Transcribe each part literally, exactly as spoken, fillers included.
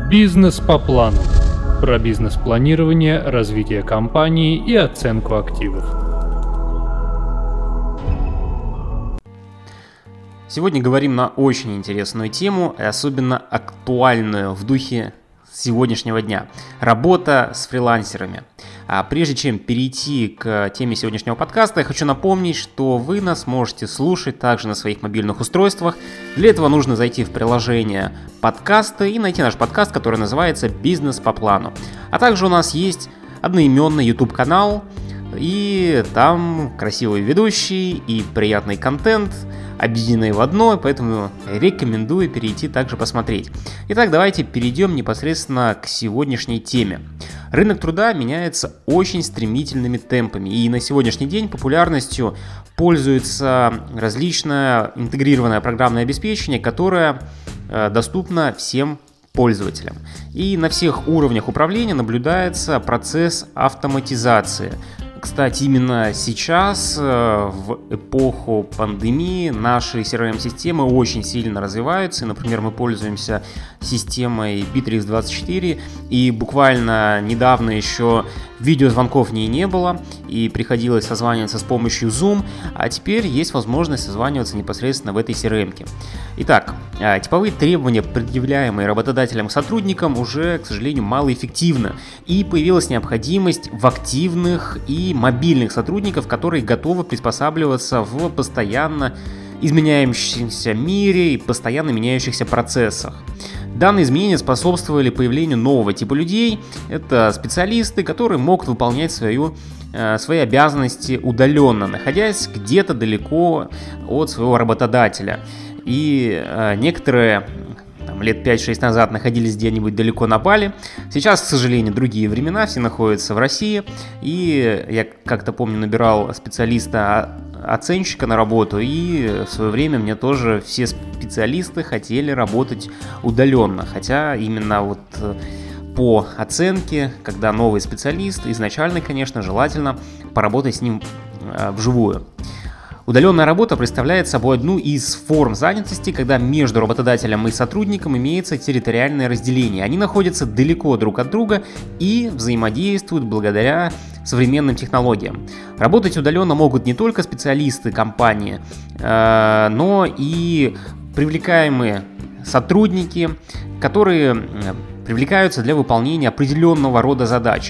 Бизнес по плану. Про бизнес-планирование, развитие компании и оценку активов. Сегодня говорим на очень интересную тему и особенно актуальную в духе сегодняшнего дня. Работа с фрилансерами. А прежде чем перейти к теме сегодняшнего подкаста, я хочу напомнить, что вы нас можете слушать также на своих мобильных устройствах. Для этого нужно зайти в приложение подкасты и найти наш подкаст, который называется «Бизнес по плану». А также у нас есть одноименный YouTube-канал, и там красивые ведущие и приятный контент, объединенные в одно, поэтому рекомендую перейти также посмотреть. Итак, давайте перейдем непосредственно к сегодняшней теме. Рынок труда меняется очень стремительными темпами, и на сегодняшний день популярностью пользуется различное интегрированное программное обеспечение, которое э, доступно всем пользователям. И на всех уровнях управления наблюдается процесс автоматизации. Кстати, именно сейчас, в эпоху пандемии, наши си ар эм-системы очень сильно развиваются. Например, мы пользуемся системой Bittrex двадцать четыре, и буквально недавно еще видеозвонков в ней не было, и приходилось созваниваться с помощью Zoom, а теперь есть возможность созваниваться непосредственно в этой си ар эм-ке. Итак, типовые требования, предъявляемые работодателям к сотрудникам, уже, к сожалению, малоэффективны, и появилась необходимость в активных и мобильных сотрудников, которые готовы приспосабливаться в постоянно изменяющемся мире и постоянно меняющихся процессах. Данные изменения способствовали появлению нового типа людей. Это специалисты, которые могут выполнять свою, э, свои обязанности удаленно, находясь где-то далеко от своего работодателя. И э, некоторые там, лет пять-шесть назад находились где-нибудь далеко на Бали. Сейчас, к сожалению, другие времена, все находятся в России. И я как-то помню, набирал специалиста оценщика на работу, и в свое время мне тоже все специалисты хотели работать удаленно, хотя именно вот по оценке, когда новый специалист, изначально, конечно, желательно поработать с ним вживую. Удаленная работа представляет собой одну из форм занятости, когда между работодателем и сотрудником имеется территориальное разделение. Они находятся далеко друг от друга и взаимодействуют благодаря современным технологиям. Работать удаленно могут не только специалисты компании, но и привлекаемые сотрудники, которые привлекаются для выполнения определенного рода задач.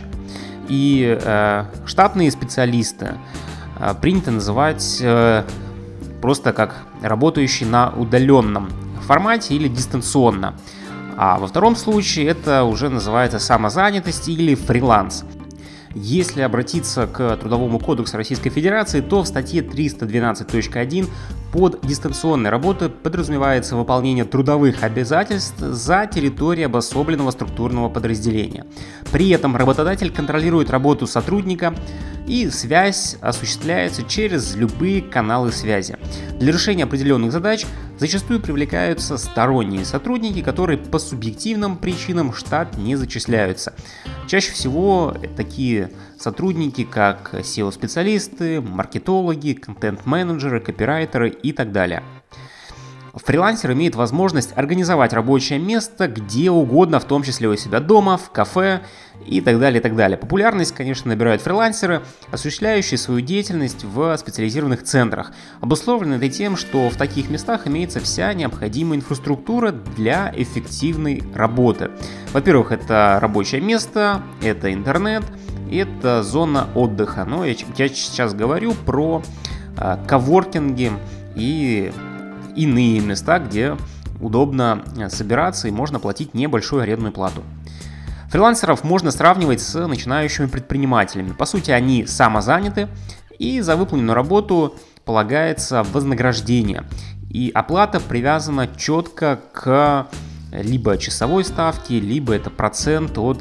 И штатные специалисты принято называть э, просто как работающий на удаленном формате или дистанционно. А во втором случае это уже называется самозанятость или фриланс. Если обратиться к Трудовому кодексу Российской Федерации, то в статье триста двенадцать точка один под дистанционной работой подразумевается выполнение трудовых обязательств за территорией обособленного структурного подразделения. При этом работодатель контролирует работу сотрудника, и связь осуществляется через любые каналы связи. Для решения определенных задач зачастую привлекаются сторонние сотрудники, которые по субъективным причинам в штат не зачисляются. Чаще всего такие сотрудники, как эс и о-специалисты, маркетологи, контент-менеджеры, копирайтеры и так далее. Фрилансер имеет возможность организовать рабочее место где угодно, в том числе у себя дома, в кафе и так далее, и так далее. Популярность, конечно, набирают фрилансеры, осуществляющие свою деятельность в специализированных центрах. Обусловлено это тем, что в таких местах имеется вся необходимая инфраструктура для эффективной работы. Во-первых, это рабочее место, это интернет, это зона отдыха. Но я, я сейчас говорю про а, коворкинги и иные места, где удобно собираться и можно платить небольшую арендную плату. Фрилансеров можно сравнивать с начинающими предпринимателями. По сути, они самозаняты, и за выполненную работу полагается вознаграждение. И оплата привязана четко к либо часовой ставке, либо это процент от,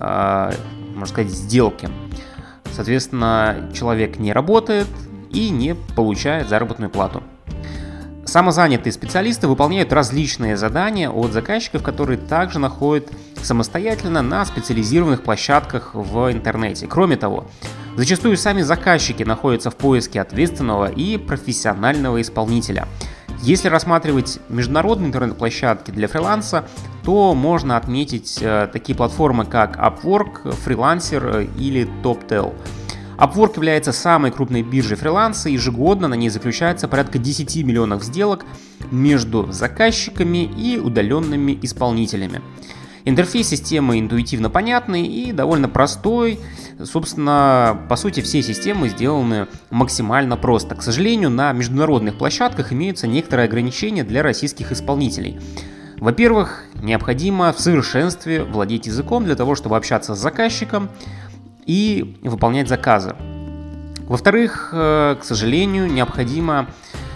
можно сказать, сделки. Соответственно, человек не работает и не получает заработную плату. Самозанятые специалисты выполняют различные задания от заказчиков, которые также находят самостоятельно на специализированных площадках в интернете. Кроме того, зачастую сами заказчики находятся в поиске ответственного и профессионального исполнителя. Если рассматривать международные интернет-площадки для фриланса, то можно отметить э, такие платформы, как Upwork, Freelancer или TopTal. Upwork является самой крупной биржей фриланса, ежегодно на ней заключается порядка десять миллионов сделок между заказчиками и удаленными исполнителями. Интерфейс системы интуитивно понятный и довольно простой. Собственно, по сути, все системы сделаны максимально просто. К сожалению, на международных площадках имеются некоторые ограничения для российских исполнителей. Во-первых, необходимо в совершенстве владеть языком для того, чтобы общаться с заказчиком и выполнять заказы. Во-вторых, к сожалению, необходимо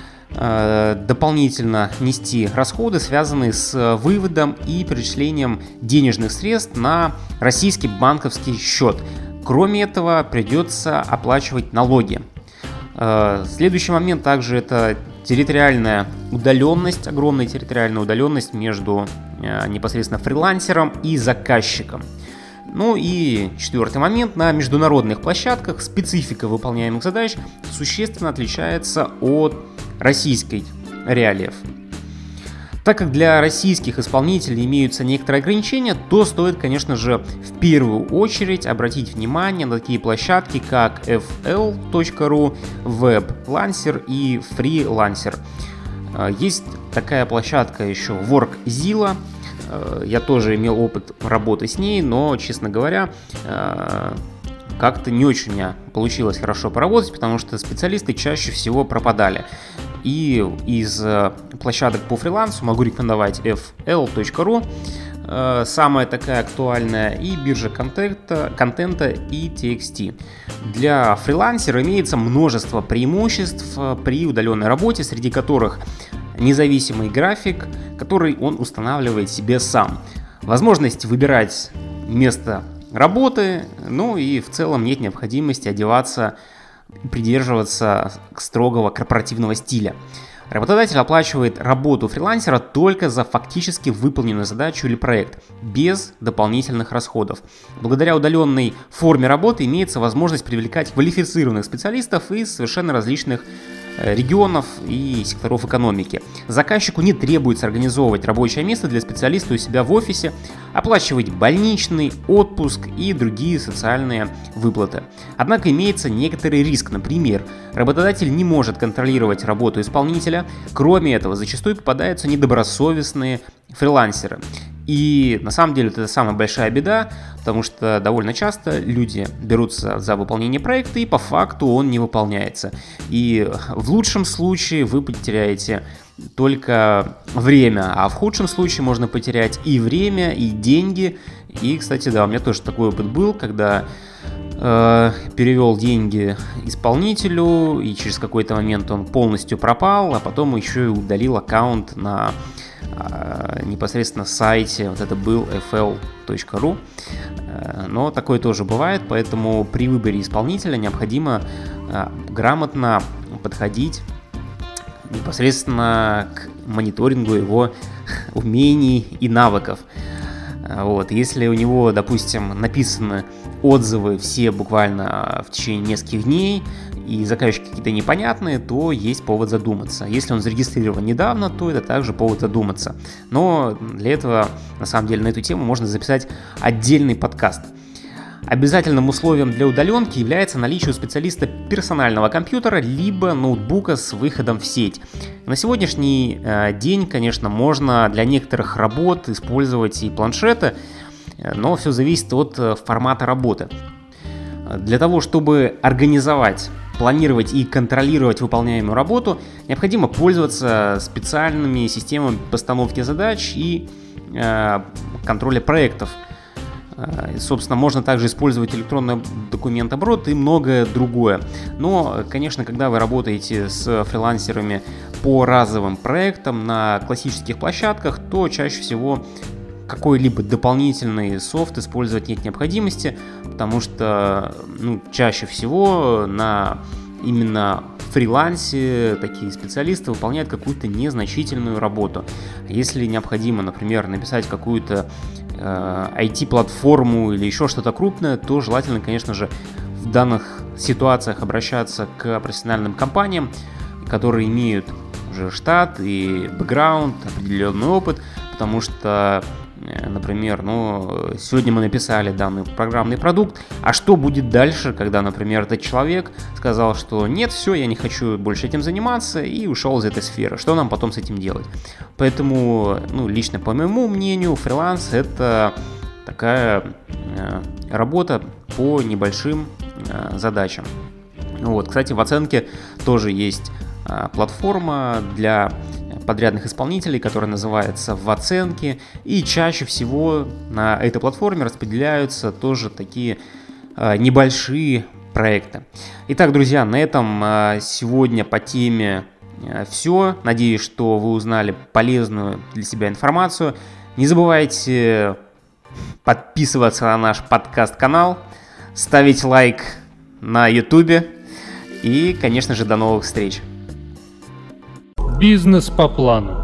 дополнительно нести расходы, связанные с выводом и перечислением денежных средств на российский банковский счет. Кроме этого, придется оплачивать налоги. Следующий момент также это территориальная удаленность, огромная территориальная удаленность между непосредственно фрилансером и заказчиком. Ну и четвертый момент. На международных площадках специфика выполняемых задач существенно отличается от российской реалиев. Так как для российских исполнителей имеются некоторые ограничения, то стоит, конечно же, в первую очередь обратить внимание на такие площадки, как эф эл точка ру, WebLancer и Freelancer. Есть такая площадка еще Workzilla. Я тоже имел опыт работы с ней, но, честно говоря, как-то не очень у меня получилось хорошо поработать, потому что специалисты чаще всего пропадали. И из площадок по фрилансу могу рекомендовать эф эл точка ру, самая такая актуальная, и биржа контента, контента и ти экс ти. Для фрилансера имеется множество преимуществ при удаленной работе, среди которых независимый график, который он устанавливает себе сам. Возможность выбирать место работы, ну и в целом нет необходимости одеваться, придерживаться строгого корпоративного стиля. Работодатель оплачивает работу фрилансера только за фактически выполненную задачу или проект, без дополнительных расходов. Благодаря удаленной форме работы имеется возможность привлекать квалифицированных специалистов из совершенно различных регионов и секторов экономики. Заказчику не требуется организовывать рабочее место для специалиста у себя в офисе, оплачивать больничный, отпуск и другие социальные выплаты. Однако имеется некоторый риск, например, работодатель не может контролировать работу исполнителя, кроме этого зачастую попадаются недобросовестные фрилансеры. И на самом деле это самая большая беда, потому что довольно часто люди берутся за выполнение проекта, и по факту он не выполняется. И в лучшем случае вы потеряете только время, а в худшем случае можно потерять и время, и деньги. И, кстати, да, у меня тоже такой опыт был, когда э, перевел деньги исполнителю, и через какой-то момент он полностью пропал, а потом еще и удалил аккаунт на непосредственно сайте, вот это был эф эл точка ру, но такое тоже бывает, поэтому при выборе исполнителя необходимо грамотно подходить непосредственно к мониторингу его умений и навыков. Вот. Если у него, допустим, написаны отзывы все буквально в течение нескольких дней, и заказчики какие-то непонятные, то есть повод задуматься. Если он зарегистрирован недавно, то это также повод задуматься. Но для этого, на самом деле, на эту тему можно записать отдельный подкаст. Обязательным условием для удаленки является наличие у специалиста персонального компьютера либо ноутбука с выходом в сеть. На сегодняшний э, день, конечно, можно для некоторых работ использовать и планшеты, но все зависит от э, формата работы. Для того, чтобы организовать, планировать и контролировать выполняемую работу, необходимо пользоваться специальными системами постановки задач и э, контроля проектов. Э, собственно, можно также использовать электронный документооборот и многое другое. Но, конечно, когда вы работаете с фрилансерами по разовым проектам на классических площадках, то чаще всего какой-либо дополнительный софт использовать нет необходимости, потому что ну, чаще всего на именно фрилансе такие специалисты выполняют какую-то незначительную работу. Если необходимо, например, написать какую-то э, ай ти-платформу или еще что-то крупное, то желательно, конечно же, в данных ситуациях обращаться к профессиональным компаниям, которые имеют уже штат и бэкграунд, определенный опыт, потому что, например, ну, сегодня мы написали данный программный продукт, а что будет дальше, когда, например, этот человек сказал, что нет, все, я не хочу больше этим заниматься и ушел из этой сферы, что нам потом с этим делать? Поэтому, ну, лично по моему мнению, фриланс — это такая э, работа по небольшим э, задачам. Вот, кстати, в оценке тоже есть э, платформа для подрядных исполнителей, которая называется «В оценке», и чаще всего на этой платформе распределяются тоже такие э, небольшие проекты. Итак, друзья, на этом э, сегодня по теме э, все. Надеюсь, что вы узнали полезную для себя информацию. Не забывайте подписываться на наш подкаст-канал, ставить лайк на YouTube и, конечно же, до новых встреч. Бизнес по плану.